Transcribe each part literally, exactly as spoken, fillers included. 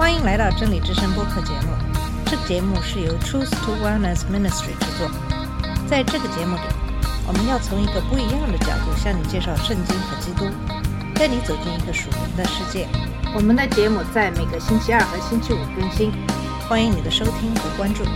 欢迎来到真理之声播客节目。这个节目是由 Truth to Wellness Ministry 制作。在这个节目里，我们要从一个不一样的角度向你介绍圣经和基督，带你走进一个属灵的世界。我们的节目在每个星期二和星期五更新，欢迎你的收听和关注。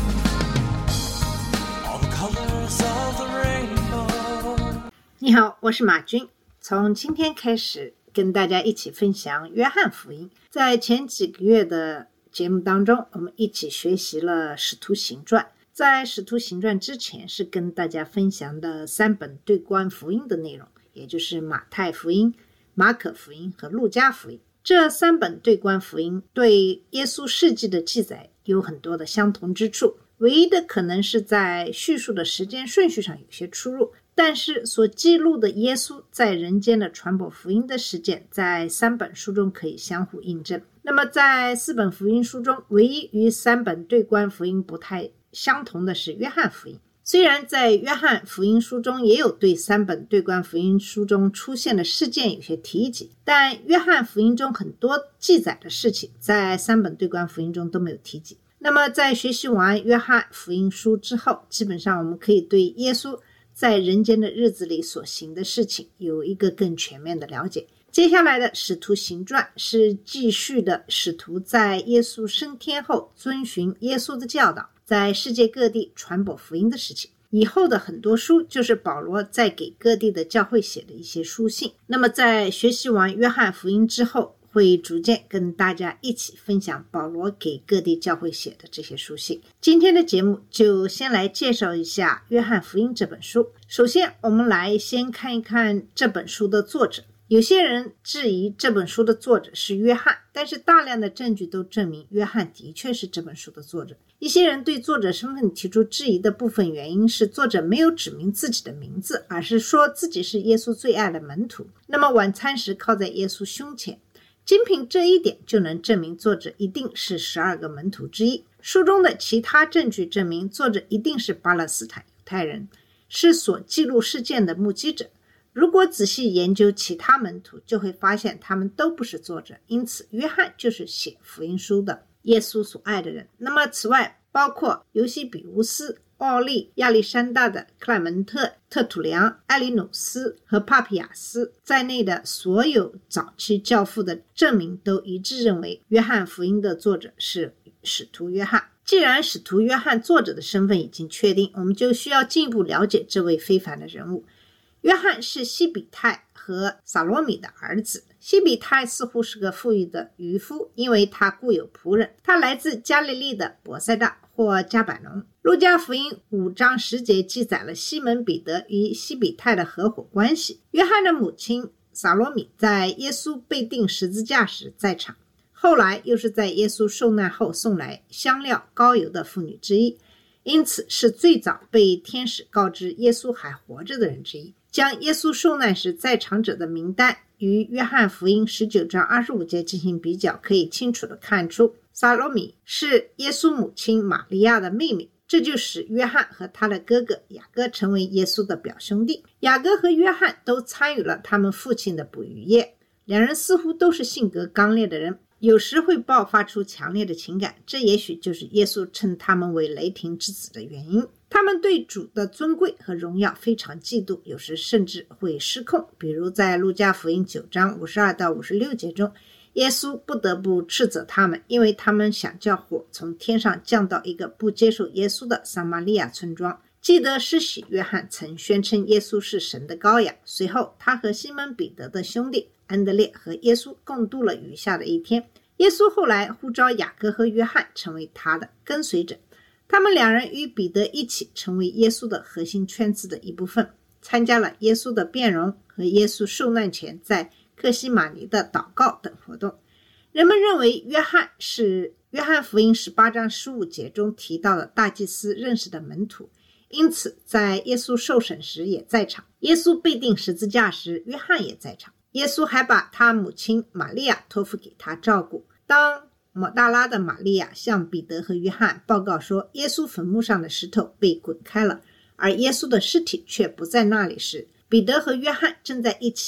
你好，我是马军。从今天开始跟大家一起分享约翰福音。在前几个月的节目当中，我们一起学习了使徒行传。在使徒行传之前是跟大家分享的三本对观福音的内容，也就是马太福音、马可福音和路加福音。这三本对观福音对耶稣事迹的记载有很多的相同之处，唯一的可能是在叙述的时间顺序上有些出入，但是所记录的耶稣在人间的传播福音的事件在三本书中可以相互印证。那么在四本福音书中，唯一与三本对观福音不太相同的是约翰福音。虽然在约翰福音书中也有对三本对观福音书中出现的事件有些提及，但约翰福音中很多记载的事情在三本对观福音中都没有提及。那么在学习完约翰福音书之后，基本上我们可以对耶稣在人间的日子里所行的事情有一个更全面的了解。接下来的使徒行传是继续的使徒在耶稣升天后遵循耶稣的教导，在世界各地传播福音的事情。以后的很多书就是保罗在给各地的教会写的一些书信。那么在学习完约翰福音之后，会逐渐跟大家一起分享保罗给各地教会写的这些书信。今天的节目就先来介绍一下约翰福音这本书。首先我们来先看一看这本书的作者。有些人质疑这本书的作者是约翰，但是大量的证据都证明约翰的确是这本书的作者。一些人对作者身份提出质疑的部分原因是作者没有指明自己的名字，而是说自己是耶稣最爱的门徒，那么晚餐时靠在耶稣胸前。仅凭这一点就能证明作者一定是十二个门徒之一。书中的其他证据证明作者一定是巴勒斯坦犹太人，是所记录事件的目击者。如果仔细研究其他门徒，就会发现他们都不是作者，因此约翰就是写福音书的耶稣所爱的人。那么此外，包括尤西比乌斯、奥利、亚历山大的克莱门特、特土良、埃里努斯和帕皮亚斯在内的所有早期教父的证明都一致认为约翰福音的作者是使徒约翰。既然使徒约翰作者的身份已经确定，我们就需要进一步了解这位非凡的人物。约翰是西比泰和撒罗米的儿子。西比泰似乎是个富裕的渔夫，因为他雇有仆人。他来自加利利的伯赛大或加百农。路加福音五章十节记载了西门彼得与西比泰的合伙关系。约翰的母亲撒罗米在耶稣被钉十字架时在场，后来又是在耶稣受难后送来香料膏油的妇女之一，因此是最早被天使告知耶稣还活着的人之一。将耶稣受难时在场者的名单与约翰福音十九章二十五节进行比较，可以清楚地看出撒罗米是耶稣母亲玛利亚的妹妹，这就使约翰和他的哥哥雅各成为耶稣的表兄弟。雅各和约翰都参与了他们父亲的捕鱼业，两人似乎都是性格刚烈的人，有时会爆发出强烈的情感，这也许就是耶稣称他们为雷霆之子的原因。他们对主的尊贵和荣耀非常嫉妒，有时甚至会失控。比如在路加福音九章五十二到五十六节中，耶稣不得不斥责他们，因为他们想叫火从天上降到一个不接受耶稣的撒玛利亚村庄。记得施洗约翰曾宣称耶稣是神的羔羊，随后他和西门彼得的兄弟安德烈和耶稣共度了余下的一天。耶稣后来呼召雅各和约翰成为他的跟随者，他们两人与彼得一起成为耶稣的核心圈子的一部分，参加了耶稣的变容和耶稣受难前在客西马尼的祷告等活动。人们认为约翰是约翰福音十八章十五节中提到的大祭司认识的门徒，因此在耶稣受审时也在场。耶稣被钉十字架时，约翰也在场。耶稣还把他母亲玛利亚托付给他照顾。当抹大拉的玛利亚向彼得和约翰报告说耶稣坟墓上的石头被滚开了，而耶稣的尸体却不在那里时，彼得和约翰正在一起。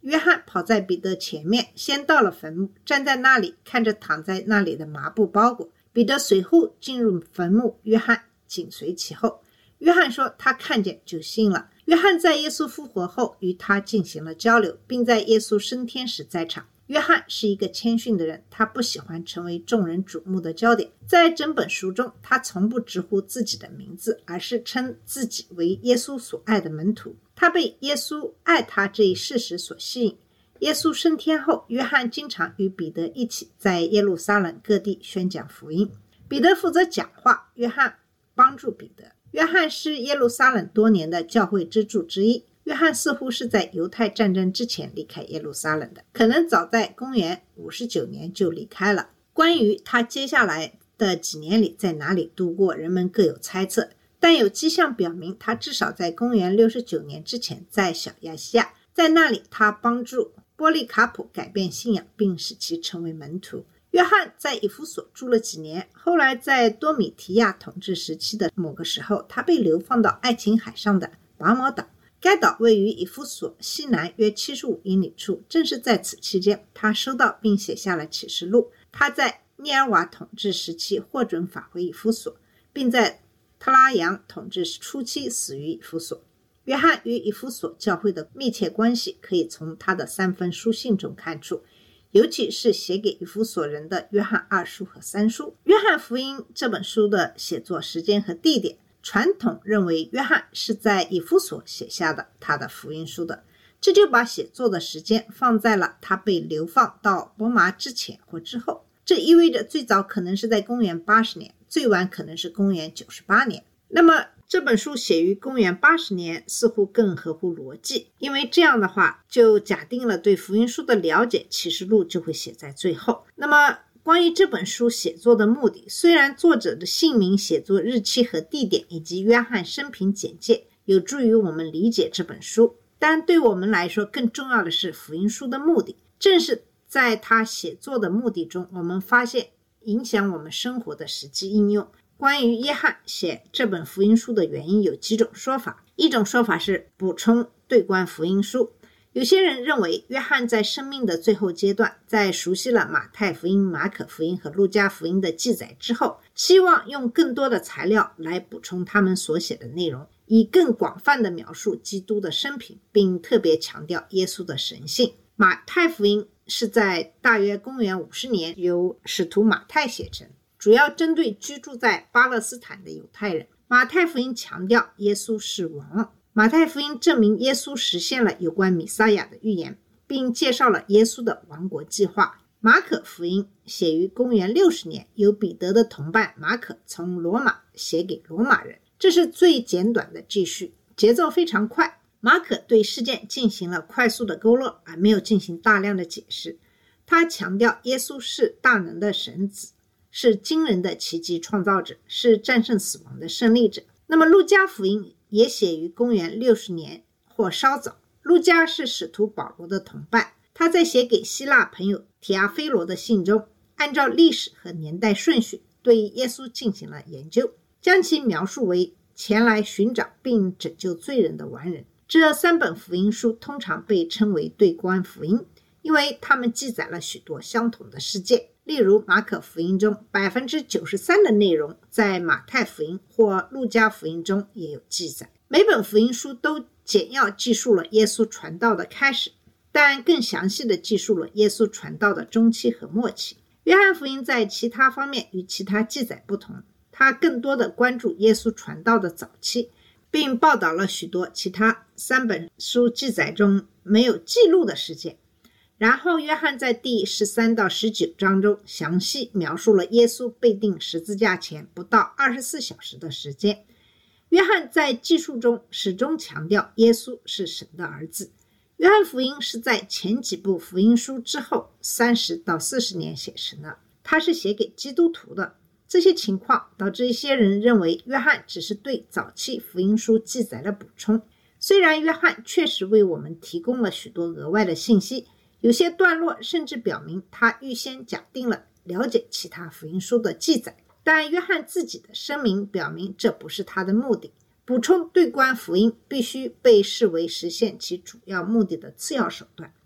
约翰跑在彼得前面，先到了坟墓，站在那里看着躺在那里的麻布包裹。彼得随后进入坟墓，约翰紧随其后。约翰说他看见就信了。约翰在耶稣复活后与他进行了交流，并在耶稣升天时在场。约翰是一个谦逊的人，他不喜欢成为众人瞩目的焦点。在整本书中，他从不直呼自己的名字，而是称自己为耶稣所爱的门徒。他被耶稣爱他这一事实所吸引。耶稣升天后，约翰经常与彼得一起在耶路撒冷各地宣讲福音。彼得负责讲话，约翰帮助彼得。约翰是耶路撒冷多年的教会支柱之一。约翰似乎是在犹太战争之前离开耶路撒冷的，可能早在公元五十九年就离开了。关于他接下来的几年里在哪里度过，人们各有猜测，但有迹象表明他至少在公元六十九年之前在小亚细亚，在那里他帮助波利卡普改变信仰，并使其成为门徒。约翰在以弗所住了几年，后来在多米提亚统治时期的某个时候，他被流放到爱琴海上的拔摩岛。该岛位于以弗所西南约七十五英里处，正是在此期间，他收到并写下了启示录。他在涅尔瓦统治时期获准返回以弗所，并在特拉扬统治初期死于以弗所。约翰与以弗所教会的密切关系可以从他的三封书信中看出，尤其是写给以弗所人的约翰二书和三书。约翰福音这本书的写作时间和地点，传统认为约翰是在以弗所写下的他的福音书的，这就把写作的时间放在了他被流放到伯麻之前或之后。这意味着最早可能是在公元八十年，最晚可能是公元九十八年。那么这本书写于公元八十年似乎更合乎逻辑，因为这样的话就假定了对福音书的了解，启示录就会写在最后。那么关于这本书写作的目的，虽然作者的姓名、写作日期和地点以及约翰生平简介有助于我们理解这本书，但对我们来说更重要的是福音书的目的。正是在他写作的目的中，我们发现影响我们生活的实际应用。关于约翰写这本福音书的原因有几种说法。一种说法是补充对观福音书。有些人认为约翰在生命的最后阶段，在熟悉了马太福音、马可福音和路加福音的记载之后，希望用更多的材料来补充他们所写的内容，以更广泛地描述基督的生平，并特别强调耶稣的神性。马太福音是在大约公元五十年由使徒马太写成，主要针对居住在巴勒斯坦的犹太人。马太福音强调耶稣是王。马太福音证明耶稣实现了有关弥撒亚的预言，并介绍了耶稣的王国计划。马可福音写于公元六十年，由彼得的同伴马可从罗马写给罗马人，这是最简短的记叙，节奏非常快。马可对事件进行了快速的勾勒，而没有进行大量的解释。他强调耶稣是大能的神子，是惊人的奇迹创造者，是战胜死亡的胜利者。那么路加福音也写于公元六十年或稍早。路加是使徒保罗的同伴，他在写给希腊朋友提阿非罗的信中，按照历史和年代顺序对耶稣进行了研究，将其描述为前来寻找并拯救罪人的完人。这三本福音书通常被称为对观福音，因为它们记载了许多相同的事件。例如马可福音中 百分之九十三 的内容在马太福音或路加福音中也有记载。每本福音书都简要记述了耶稣传道的开始，但更详细地记述了耶稣传道的中期和末期。约翰福音在其他方面与其他记载不同，他更多地关注耶稣传道的早期，并报道了许多其他三本书记载中没有记录的事件。然后约翰在第十三到十九章中详细描述了耶稣被钉十字架前不到二十四小时的时间。约翰在记述中始终强调耶稣是神的儿子。约翰福音是在前几部福音书之后三十到四十年写成的，它是写给基督徒的。这些情况导致一些人认为约翰只是对早期福音书记载了补充。虽然约翰确实为我们提供了许多额外的信息，有些段落甚至表明他预先假定了了解其他福音书的记载，但约翰自己的声明表明这不是他的目的。补充对观福音必须被视为实现其主要目的的次要手段。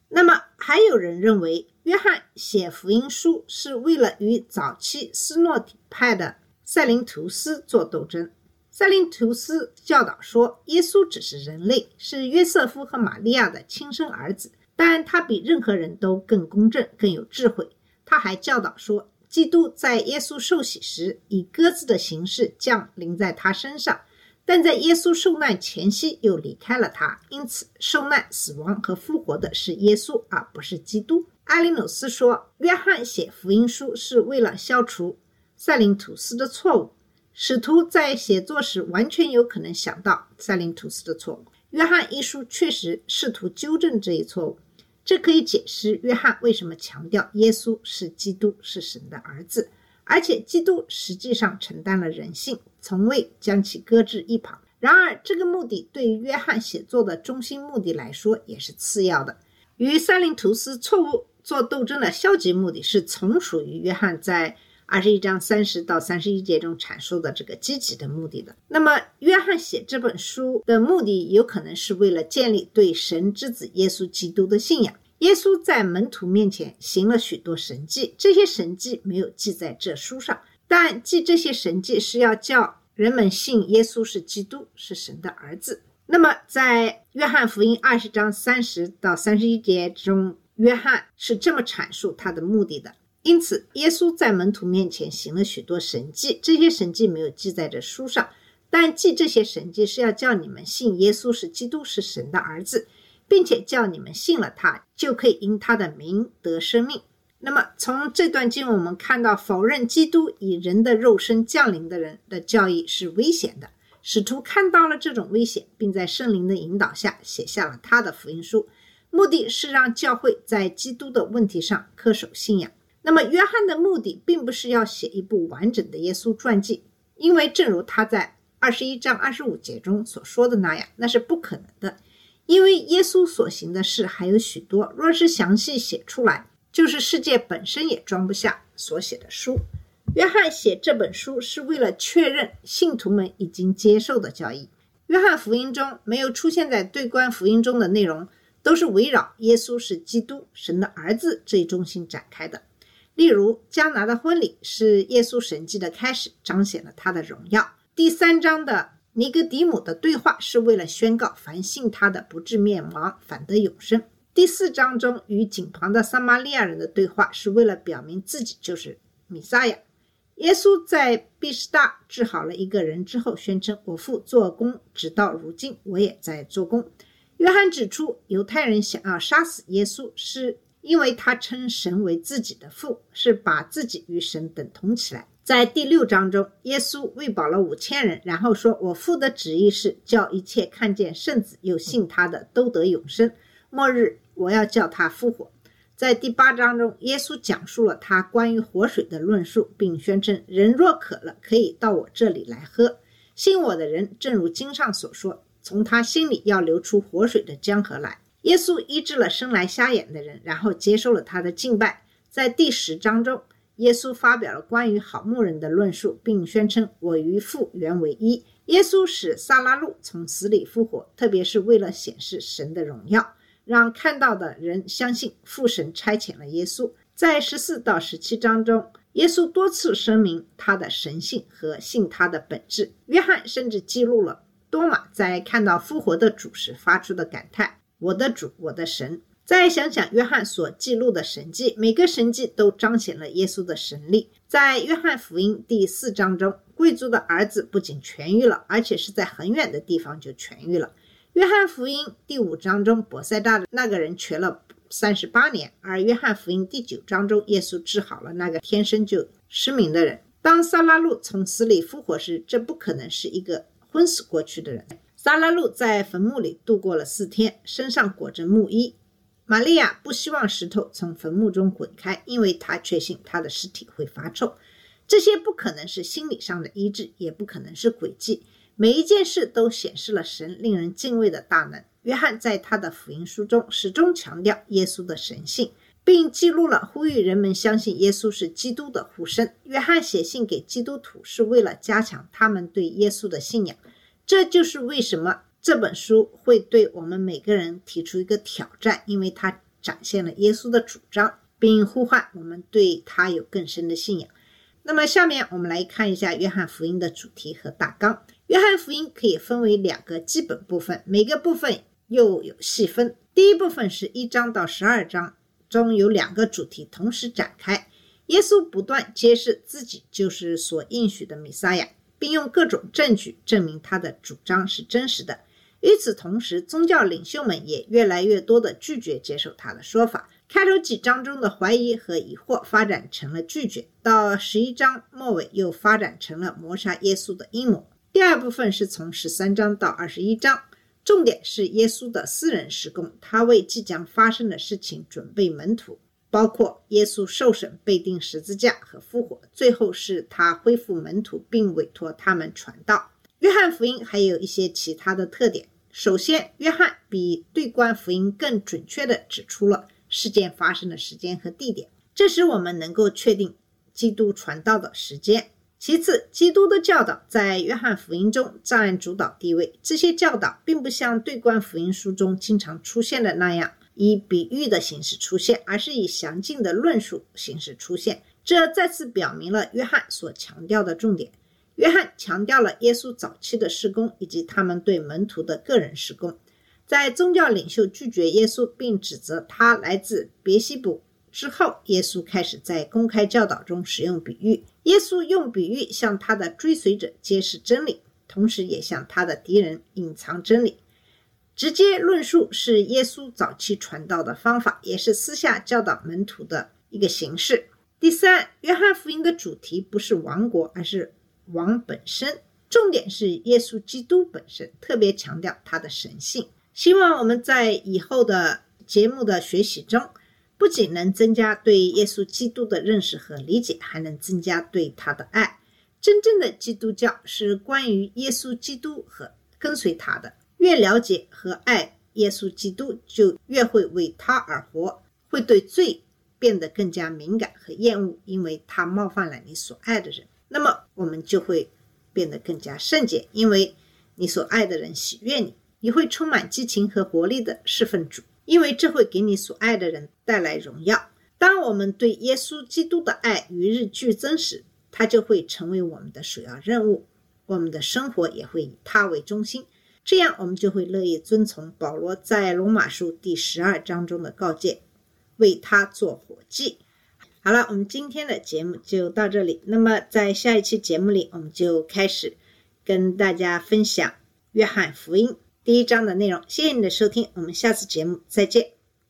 那么还有人认为约翰写福音书是为了与早期斯诺底派的塞林图斯做斗争。塞林图斯教导说，耶稣只是人类，是约瑟夫和玛利亚的亲生儿子，但他比任何人都更公正，更有智慧。他还教导说，基督在耶稣受洗时以鸽子的形式降临在他身上，但在耶稣受难前夕又离开了他，因此受难、死亡和复活的是耶稣，而不是基督。阿里努斯说，约翰写福音书是为了消除塞林图斯的错误。使徒在写作时完全有可能想到塞林图斯的错误。约翰一书确实试图纠正这一错误，这可以解释约翰为什么强调耶稣是基督，是神的儿子，而且基督实际上承担了人性，从未将其搁置一旁。然而这个目的对于约翰写作的中心目的来说也是次要的。与塞林图斯错误做斗争的消极目的是从属于约翰在二十一章三十到三十一节中阐述的这个积极的目的的。那么约翰写这本书的目的有可能是为了建立对神之子耶稣基督的信仰。耶稣在门徒面前行了许多神迹，这些神迹没有记在这书上，但记这些神迹是要叫人们信耶稣是基督，是神的儿子。那么在约翰福音二十章三十到三十一节中，约翰是这么阐述他的目的的。因此耶稣在门徒面前行了许多神迹，这些神迹没有记在这书上，但记这些神迹是要叫你们信耶稣是基督，是神的儿子，并且叫你们信了他，就可以因他的名得生命。那么从这段经文我们看到，否认基督以人的肉身降临的人的教义是危险的。使徒看到了这种危险，并在圣灵的引导下写下了他的福音书，目的是让教会在基督的问题上恪守信仰。那么约翰的目的并不是要写一部完整的耶稣传记，因为正如他在二十一章二十五节中所说的那样，那是不可能的，因为耶稣所行的事还有许多，若是详细写出来，就是世界本身也装不下所写的书。约翰写这本书是为了确认信徒们已经接受的教义。约翰福音中没有出现在对观福音中的内容，都是围绕耶稣是基督，神的儿子这一中心展开的。例如迦拿的婚礼是耶稣神迹的开始，彰显了他的荣耀。第三章的尼哥底母的对话是为了宣告凡信他的不至灭亡，反得永生。第四章中与井旁的撒玛利亚人的对话是为了表明自己就是弥撒亚。耶稣在毕士大治好了一个人之后宣称，我父做工直到如今，我也在做工。约翰指出，犹太人想要杀死耶稣是因为他称神为自己的父，是把自己与神等同起来。在第六章中，耶稣喂饱了五千人，然后说，我父的旨意是叫一切看见圣子又信他的都得永生，末日我要叫他复活。在第八章中，耶稣讲述了他关于活水的论述，并宣称，人若渴了，可以到我这里来喝，信我的人正如经上所说，从他心里要流出活水的江河来。耶稣医治了生来瞎眼的人，然后接受了他的敬拜。在第十章中，耶稣发表了关于好牧人的论述，并宣称，我与父原为一。耶稣使撒拉路从死里复活，特别是为了显示神的荣耀，让看到的人相信父神差遣了耶稣。在十四到十七章中，耶稣多次声明他的神性和信他的本质。约翰甚至记录了多马在看到复活的主时发出的感叹，我的主，我的神。再想想约翰所记录的神迹，每个神迹都彰显了耶稣的神力。在约翰福音第四章中，贵族的儿子不仅痊愈了，而且是在很远的地方就痊愈了。约翰福音第五章中，伯赛大的那个人瘸了三十八年，而约翰福音第九章中，耶稣治好了那个天生就失明的人。当撒拉路从死里复活时，这不可能是一个昏死过去的人。撒拉路在坟墓里度过了四天，身上裹着木衣。玛利亚不希望石头从坟墓中滚开，因为她确信她的尸体会发臭。这些不可能是心理上的医治，也不可能是诡计。每一件事都显示了神令人敬畏的大能。约翰在他的福音书中始终强调耶稣的神性，并记录了呼吁人们相信耶稣是基督的呼声。约翰写信给基督徒是为了加强他们对耶稣的信仰，这就是为什么这本书会对我们每个人提出一个挑战，因为它展现了耶稣的主张，并呼唤我们对他有更深的信仰。那么下面我们来看一下约翰福音的主题和大纲。约翰福音可以分为两个基本部分，每个部分又有细分。第一部分是一章到十二章，中有两个主题同时展开。耶稣不断揭示自己就是所应许的弥撒亚，并用各种证据证明他的主张是真实的。与此同时，宗教领袖们也越来越多地拒绝接受他的说法。开头几章中的怀疑和疑惑发展成了拒绝，到十一章末尾又发展成了谋杀耶稣的阴谋。第二部分是从十三章到二十一章，重点是耶稣的私人事工，他为即将发生的事情准备门徒，包括耶稣受审、被钉十字架和复活，最后是他恢复门徒并委托他们传道。约翰福音还有一些其他的特点。首先，约翰比对观福音更准确地指出了事件发生的时间和地点，这使我们能够确定基督传道的时间。其次，基督的教导在约翰福音中占主导地位，这些教导并不像对观福音书中经常出现的那样以比喻的形式出现，而是以详尽的论述形式出现。这再次表明了约翰所强调的重点。约翰强调了耶稣早期的事工以及他们对门徒的个人事工。在宗教领袖拒绝耶稣并指责他来自别西卜之后，耶稣开始在公开教导中使用比喻。耶稣用比喻向他的追随者揭示真理，同时也向他的敌人隐藏真理。直接论述是耶稣早期传道的方法，也是私下教导门徒的一个形式。第三，约翰福音的主题不是王国，而是王本身，重点是耶稣基督本身，特别强调他的神性。希望我们在以后的节目的学习中，不仅能增加对耶稣基督的认识和理解，还能增加对他的爱。真正的基督教是关于耶稣基督和跟随他的，越了解和爱耶稣基督，就越会为他而活，会对罪变得更加敏感和厌恶，因为他冒犯了你所爱的人。那么我们就会变得更加圣洁，因为你所爱的人喜悦你，你会充满激情和活力的侍奉主，因为这会给你所爱的人带来荣耀。当我们对耶稣基督的爱与日俱增时，他就会成为我们的首要任务，我们的生活也会以他为中心，这样我们就会乐意遵从保罗在罗马书第十二章中的告诫，为他做火祭。好了，我们今天的节目就到这里。那么在下一期节目里，我们就开始跟大家分享约翰福音第一章的内容。谢谢你的收听，我们下次节目再见。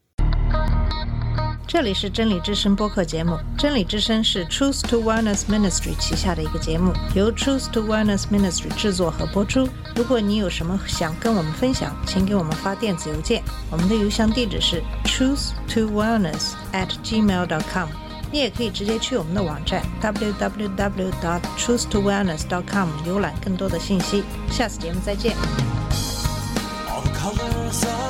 这里是真理之声播客节目，真理之声是 Truth to Wellness Ministry 旗下的一个节目，由 Truth to Wellness Ministry 制作和播出。如果你有什么想跟我们分享，请给我们发电子邮件，我们的邮箱地址是 truth to wellness at gmail dot com。你也可以直接去我们的网站 double-u double-u double-u dot truth to wellness dot com 浏览更多的信息。下次节目再见。All the colors of